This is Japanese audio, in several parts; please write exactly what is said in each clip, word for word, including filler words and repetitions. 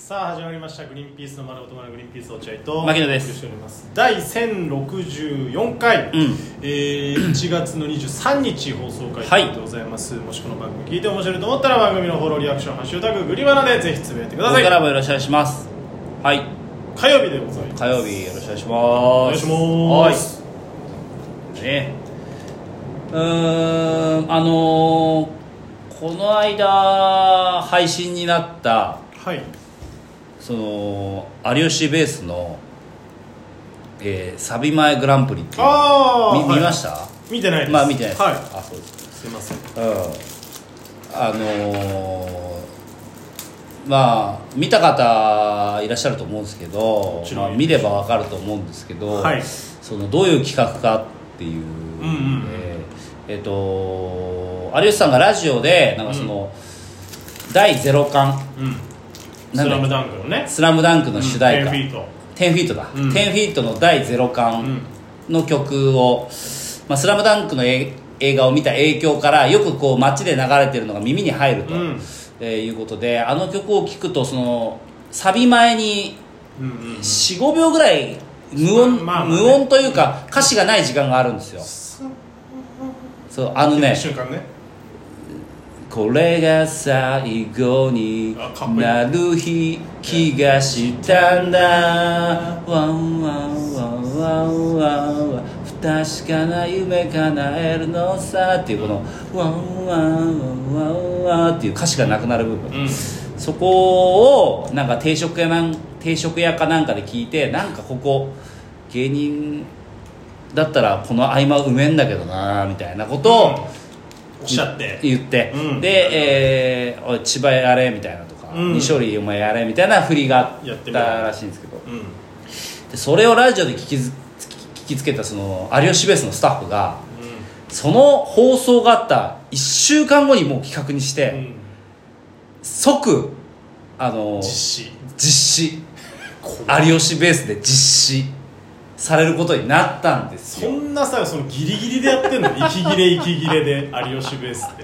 さあ始まりましたグリーンピースの丸ごと丸グリーンピース落合と牧野です。 お送りしております第せんろくじゅうよんかい、 うんえー、いちがつのにじゅうさんにち放送回ということでございます、はい、もしこの番組聞いて面白いと思ったら番組のフォローリアクションハッシュタググリバナでぜひつぶやいてください。 ここからもよろしくお願いします。はい、 火曜日でございます。 火曜日よろしくお願いします。 お願いします。 はいね、うーんあのーこの間配信になったはいその有吉ベースの、えー、サビ前グランプリっていうあー、 み見ました？ はい、見てないです。 まあ見てないです。 はい、 あ、そうです。 すいません。 うんあのー、まあ見た方いらっしゃると思うんですけど、まあ、見ればわかると思うんですけど、 はい、そのどういう企画かっていう、 うんうんうんえー、えーと有吉さんがラジオでなんかその、うん、だいゼロかん、 うんスラムダンクのねスラムダンクの主題歌、 うん、テンフィートテンフィートだ、 うん、 テンフィートのだいゼロかんの曲を、まあ、スラムダンクの映画を見た影響からよくこう街で流れてるのが耳に入ると、うんえー、いうことであの曲を聴くとそのサビ前に よん,ご 秒ぐらい無音、まあまあね、無音というか歌詞がない時間があるんですよ。そうあのね瞬間ねこれが最後になる日気がしたんだワンワンワンワンワンワン不確かな夢叶えるのさっていうこのワンワンワンワンワンっていう歌詞がなくなる部分、うん、そこをなんか定食屋なん定食屋かなんかで聞いてなんかここ芸人だったらこの合間埋めんだけどなみたいなことを、うんおっしゃって言って、うん、で、えー、おい千葉やれみたいなとか、うん、西堀お前やれみたいな振りがあったらしいんですけど、うん、でそれをラジオで聞き聞きつけたその有吉ベースのスタッフが、うん、その放送があったいっしゅうかんごにもう企画にして、うん、即あの実施実施有吉ベースで実施されることになったんですよ。 そんなさそのギリギリでやってんの息切れ息切れで有吉ベースって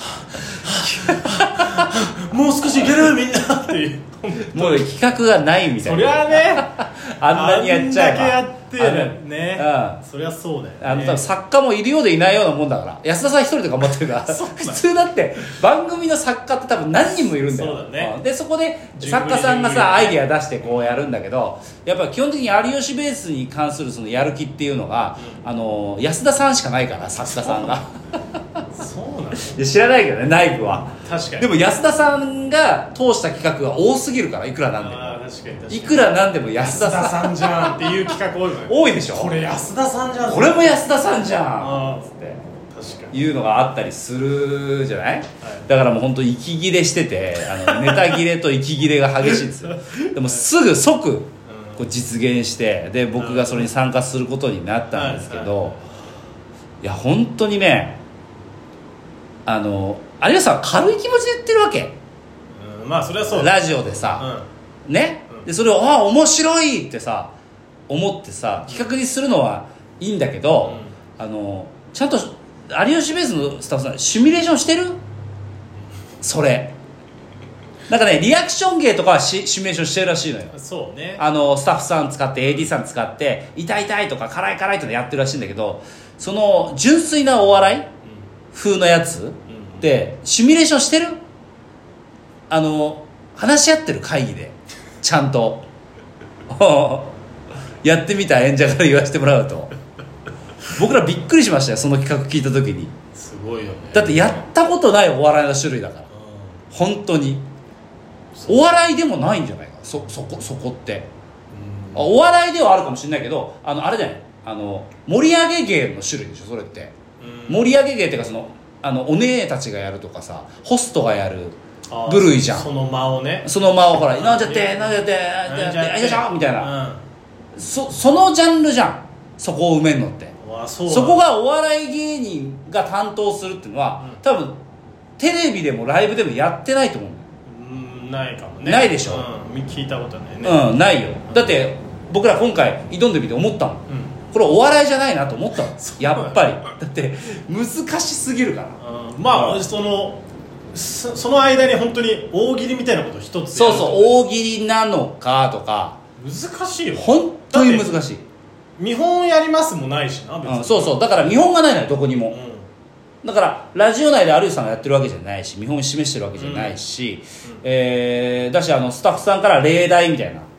もう少しいけるみんなっていうもう企画がないみたいな。 そりゃねあんなにやっちゃえばあんだけやってね、うん、そりゃそうだよね。 あの多分作家もいるようでいないようなもんだから安田さん一人で頑張ってるから普通だって番組の作家って多分何人もいるんだよ。 そうだね、 うん、でそこで作家さんがさアイディア出してこうやるんだけどやっぱ基本的に有吉ベースに関するそのやる気っていうのが、うん、あの安田さんしかないから作家さんがそうなの知らないけどね内部は。 確かに。 でも安田さんが通した企画が多すぎるからいくらなんでもあ確かに確かにいくらなんでも安田さん安田さんじゃんっていう企画多いよね多いでしょ。 これ安田さんじゃんこれも安田さんじゃんつって確かにいうのがあったりするじゃない、はい、だからもう本当息切れしててあのネタ切れと息切れが激しいんですよでもすぐ即こう実現してで僕がそれに参加することになったんですけど、いや本当にねあの有吉さんは軽い気持ちで言ってるわけ、 うん、まあそれはそうラジオでさ、うん、ね、うん、でそれをあ面白いってさ思ってさ企画にするのはいいんだけど、うん、あのちゃんと有吉ベースのスタッフさんシミュレーションしてる？それなんかねリアクション芸とかはシシミュレーションしてるらしいのよ。 そうね。 あのスタッフさん使って エーディー さん使って痛い痛いとか辛い辛いとかやってるらしいんだけどその純粋なお笑い風のやつってシミュレーションしてる？あの話し合ってる会議でちゃんとやってみた演者から言わせてもらうと僕らびっくりしましたよその企画聞いた時に。 すごいよね。 だってやったことないお笑いの種類だから、うん、本当にお笑いでもないんじゃないか そ, そ, こそこって、うん、お笑いではあるかもしれないけどあのあれじゃないあの盛り上げ芸の種類でしょそれって、うん、盛り上げ芸っていうかそのあのお姉たちがやるとかさホストがやる部類じゃん。 その間をねその間をほらなんちゃってなんちゃってなんちゃってあいしょみたいな、うん、そ, そのジャンルじゃんそこを埋めるのって。そ, そこがお笑い芸人が担当するっていうのは、うん、多分テレビでもライブでもやってないと思う。 うんないかもね。 ないでしょ、 うん、聞いたことないね。 うんないよ、うん、だって僕ら今回挑んでみて思ったもん、うん、これお笑いじゃないなと思ったのやっぱりだって難しすぎるから、 うん、まあ、うん、そのそ, その間に本当に大喜利みたいなことを一つやるとそうそう大喜利なのかとか難しいよ本当に難しい。 見本やりますもないしな別に、 うん、そうそうだから見本がないのよどこにも、うん、だからラジオ内で有吉さんがやってるわけじゃないし見本示してるわけじゃないし、うんうんえー、だしあのスタッフさんから例題みたいな、うん、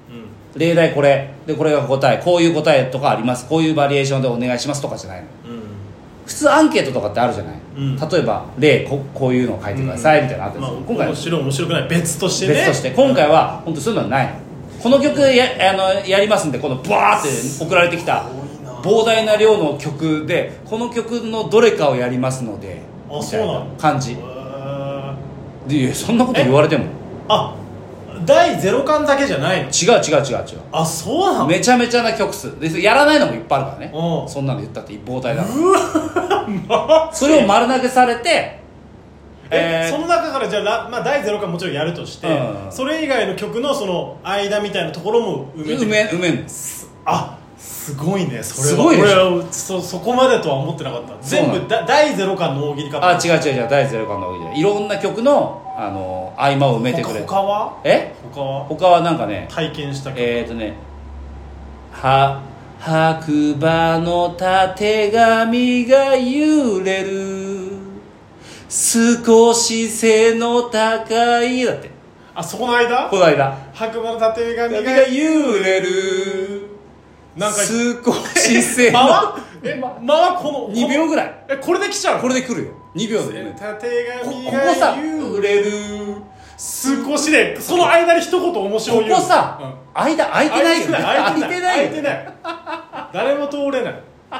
例題これでこれが答えこういう答えとかありますこういうバリエーションでお願いしますとかじゃないの、うん、普通アンケートとかってあるじゃない、うん、例えば例 こ, こういうのを書いてくださいみたいなのあったんですよ、 まあ、今回面白い面白くない別としてね別として今回は本当そういうのはないの。この曲 や, あのやりますんでこのバーって送られてきた膨大な量の曲でこの曲のどれかをやりますのでみたいな感じでいやそんなこと言われてもあだいゼロかんだけじゃないの。 違う違う違う違うあそうなの。 めちゃめちゃな曲数でやらないのもいっぱいあるからねそんなの言ったって一方体だからそれを丸投げされてえー、その中からじゃあ、まあ、だいゼロかんもちろんやるとして、うん、それ以外の曲のその間みたいなところも埋めて埋め埋めんですあすごいねそれはすごいでしょ。 俺は そ, そこまでとは思ってなかった。全部だだいゼロかんの大喜利かあ違う違う違うだいゼロかんの大喜利いろんな曲の、あの合間を埋めてくれる。 他はえ他は他はなんかね体験した曲えっ、ー、とねは白馬のたてがみが揺れる少し背の高いだってあそこの間この間白馬のたてがみが揺れるなんか少し背の間はえ間はこのにびょうぐらいえこれで来ちゃうこれで来るよにびょうで、ね、 たてがみここさが揺れる少しでその間に一言面白いここさ、うん、間空いてないよね空いてない空いてない誰も通れない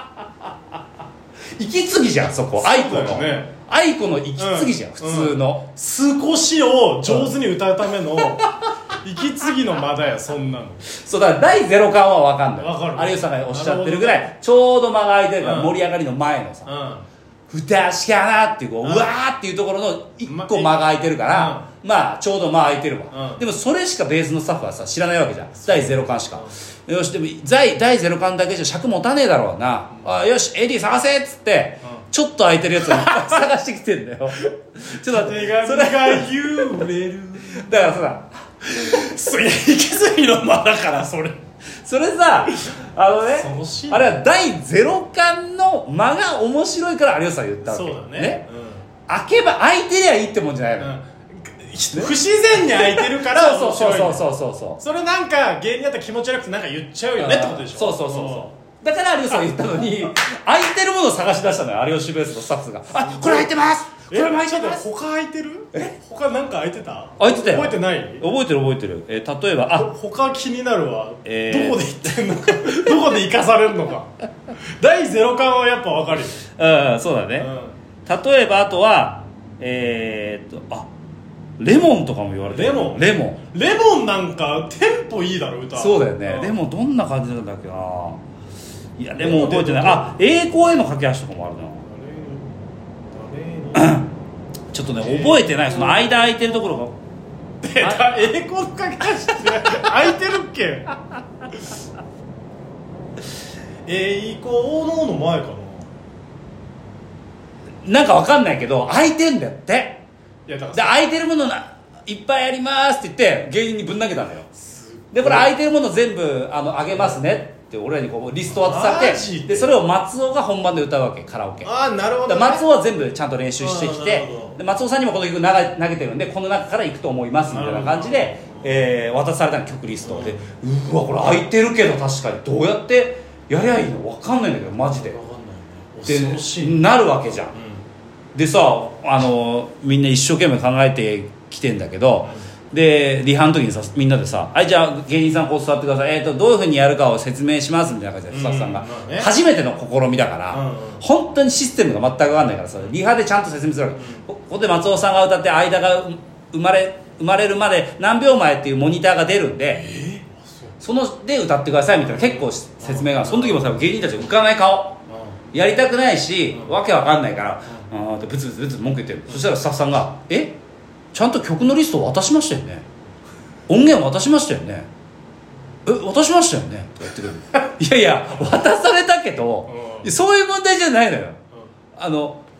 息継ぎじゃんそこ愛子のね愛子の息継ぎじゃん、うん、普通の、 うん、少しを上手に歌うための息継ぎの間だよそんなの。 そうだからだいゼロかんは分かんない分かる有吉さんがおっしゃってるぐらいちょうど間が空いてるから盛り上がりの前のさ、うん、ふたしかなっていうこう、うん、うわーっていうところのいっこ間が空いてるから、うん、まあちょうど間空いてるわ、うん、でもそれしかベースのスタッフはさ知らないわけじゃんだいゼロかんしか、うん、よしでもだいゼロかんだけじゃ尺持たねえだろうな、うん、あよし エーディー 探せっつって、うんちょっと空いてるやつを探してきてんだよちょっと待ってそれが揺れるだからさそれ息継ぎの間だからそれそれさあのねあれはだいゼロかんの間が面白いから有吉さん言ったわけそうだね、ねうん、開けば開いてりゃいいってもんじゃないの、うん、 不自然に開いてるから面白いそうそうそうそうそうそれなんか芸人だったら気持ち悪くてなんか言っちゃうよねってことでしょ。 そうそうそうそうだから有吉さんが言ったのに空いてるものを探し出したのよ有吉ベースのスタッフがあこれ空いてますこれも空いてます他空いてるえ他なんか空いてた空いてたよ覚えてない覚えてる覚えてる、えー、例えばあ他気になるわ、えー、どこで行ってんのかどこで生かされるのかだいゼロかんはやっぱ分かるようんそうだね、うん、例えばあとはえー、っとあレモンとかも言われてるレモンレモンレモンなんかテンポいいだろ歌そうだよね、うん、レモンどんな感じなんだっけないやでも覚えてないあ栄光への架け橋とかもあるなちょっとね覚えてないその間空いてるところが栄光の架け橋って空いてるっけ栄光のの前かななんかわかんないけど空いてんだよっていやだからで空いてるものないっぱいありますって言って芸人にぶん投げたのよでこれ空いてるもの全部あのあげますねって俺らにこうリスト渡されてでそれを松尾が本番で歌うわけカラオケああなるほど、ね、 松尾は全部ちゃんと練習してきてで松尾さんにもこの曲投げてるんでこの中から行くと思いますみたいな感じで、えー、渡されたの曲リストでうわこれ空いてるけど確かにどうやってやりゃいいの分かんないんだけどマジででなるわけじゃん、うん、でさあのみんな一生懸命考えてきてんだけど、うんでリハの時にさみんなでさはいじゃあ芸人さんこう座ってください、えー、とどういう風にやるかを説明しますみたいな感じでスタッフさんが、うんね、初めての試みだから、うん、本当にシステムが全く分かんないからさリハでちゃんと説明するわけ、うん、ここで松尾さんが歌って間が生まれ生まれるまで何秒前っていうモニターが出るんで、えー、そので歌ってくださいみたいな結構説明がその時もさ芸人たち浮かない顔やりたくないし、うん、わけわかんないからあってブツブツブツ文句言ってる、うん、そしたらスタッフさんがえちゃんと曲のリストを渡しましたよね音源渡しましたよねえ渡しましたよねとか言ってくるいやいや渡されたけど、うん、そういう問題じゃないのよ、うん、あの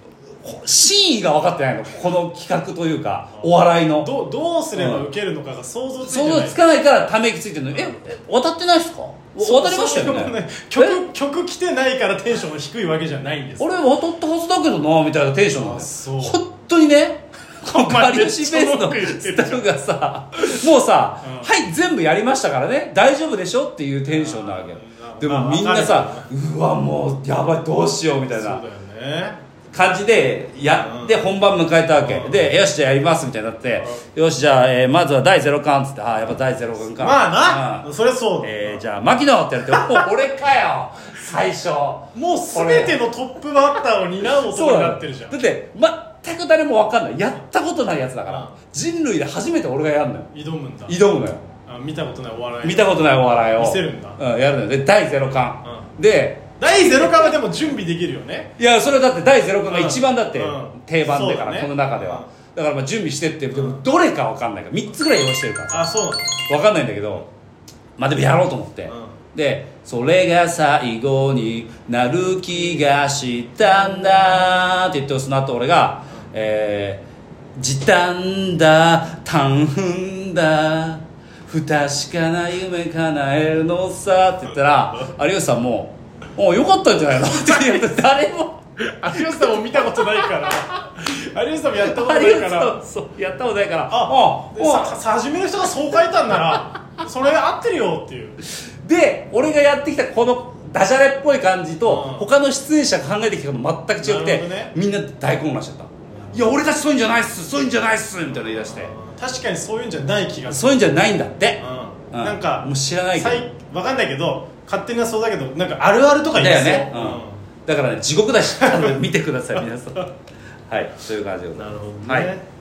真意が分かってないの、この企画というかお笑いのどどうすれば受けるのかが想像ついてない、 想像つかないからため息ついてるの。ええ渡ってないっすか？渡りましたよね。 ね曲曲来てないからテンションが低いわけじゃないんです。 俺渡ったはずだけどなみたいなテンションなんですよ。本当にね、有吉ベースのスタッフがさもうさ、うん、はい全部やりましたからね大丈夫でしょっていうテンションなわけ。でもみんなさうわもうやばいどうしようみたいな感じでやって本番迎えたわけで、よしじゃあやりますみたいになって、よしじゃあ、えー、まずはだいゼロかんっつって、ああやっぱだいゼロかんかまあな、うん、それそう、 えー、じゃあ牧野ってやってお俺かよ最初もう全てのトップバッターを担う男になってるじゃん。 だって全く誰も分かんないやったことないやつだから、うん、人類で初めて俺がやるのよ。 挑むんだ。 挑むのよ。 あ見たことないお笑い見たことないお笑いを見せるんだ、 うん、やるのよ。でだいゼロかん、うん、でだいゼロかんはでも準備できるよね。 いやそれだってだいゼロかんが一番だって定番だから、うんうんね、この中では、うん、だからまあ準備してって、でもどれか分かんないからみっつぐらい用意してるからさ。 あそうなの分かんないんだけど、まあでもやろうと思って、うん、でそれが最後になる気がしたんだって言ってその後俺が、えー、時短だ短吻だ不確かな夢叶えるのさって言ったら有吉さんもおよかったんじゃないのって言って誰も有吉さんも見たことないから有吉さんもやったことないからそうやったことないからああさ初めの人がそう書いたんならそれ合ってるよっていうで俺がやってきたこのダジャレっぽい感じと、うん、他の出演者が考えてきたこと全く違って、ね、みんな大混乱しちゃった。いや俺たちそういうんじゃないっすそういうんじゃないっすみたいな言い出して、 確かにそういうんじゃない気がする。 そういうんじゃないんだって、 うんうん、なんかもう知らないけど分かんないけど勝手にはそうだけどなんかあるあるとか言いますよね、うんうん、だからね地獄だし見てください皆さんはいそういう感じでございます。 なるほどね、はい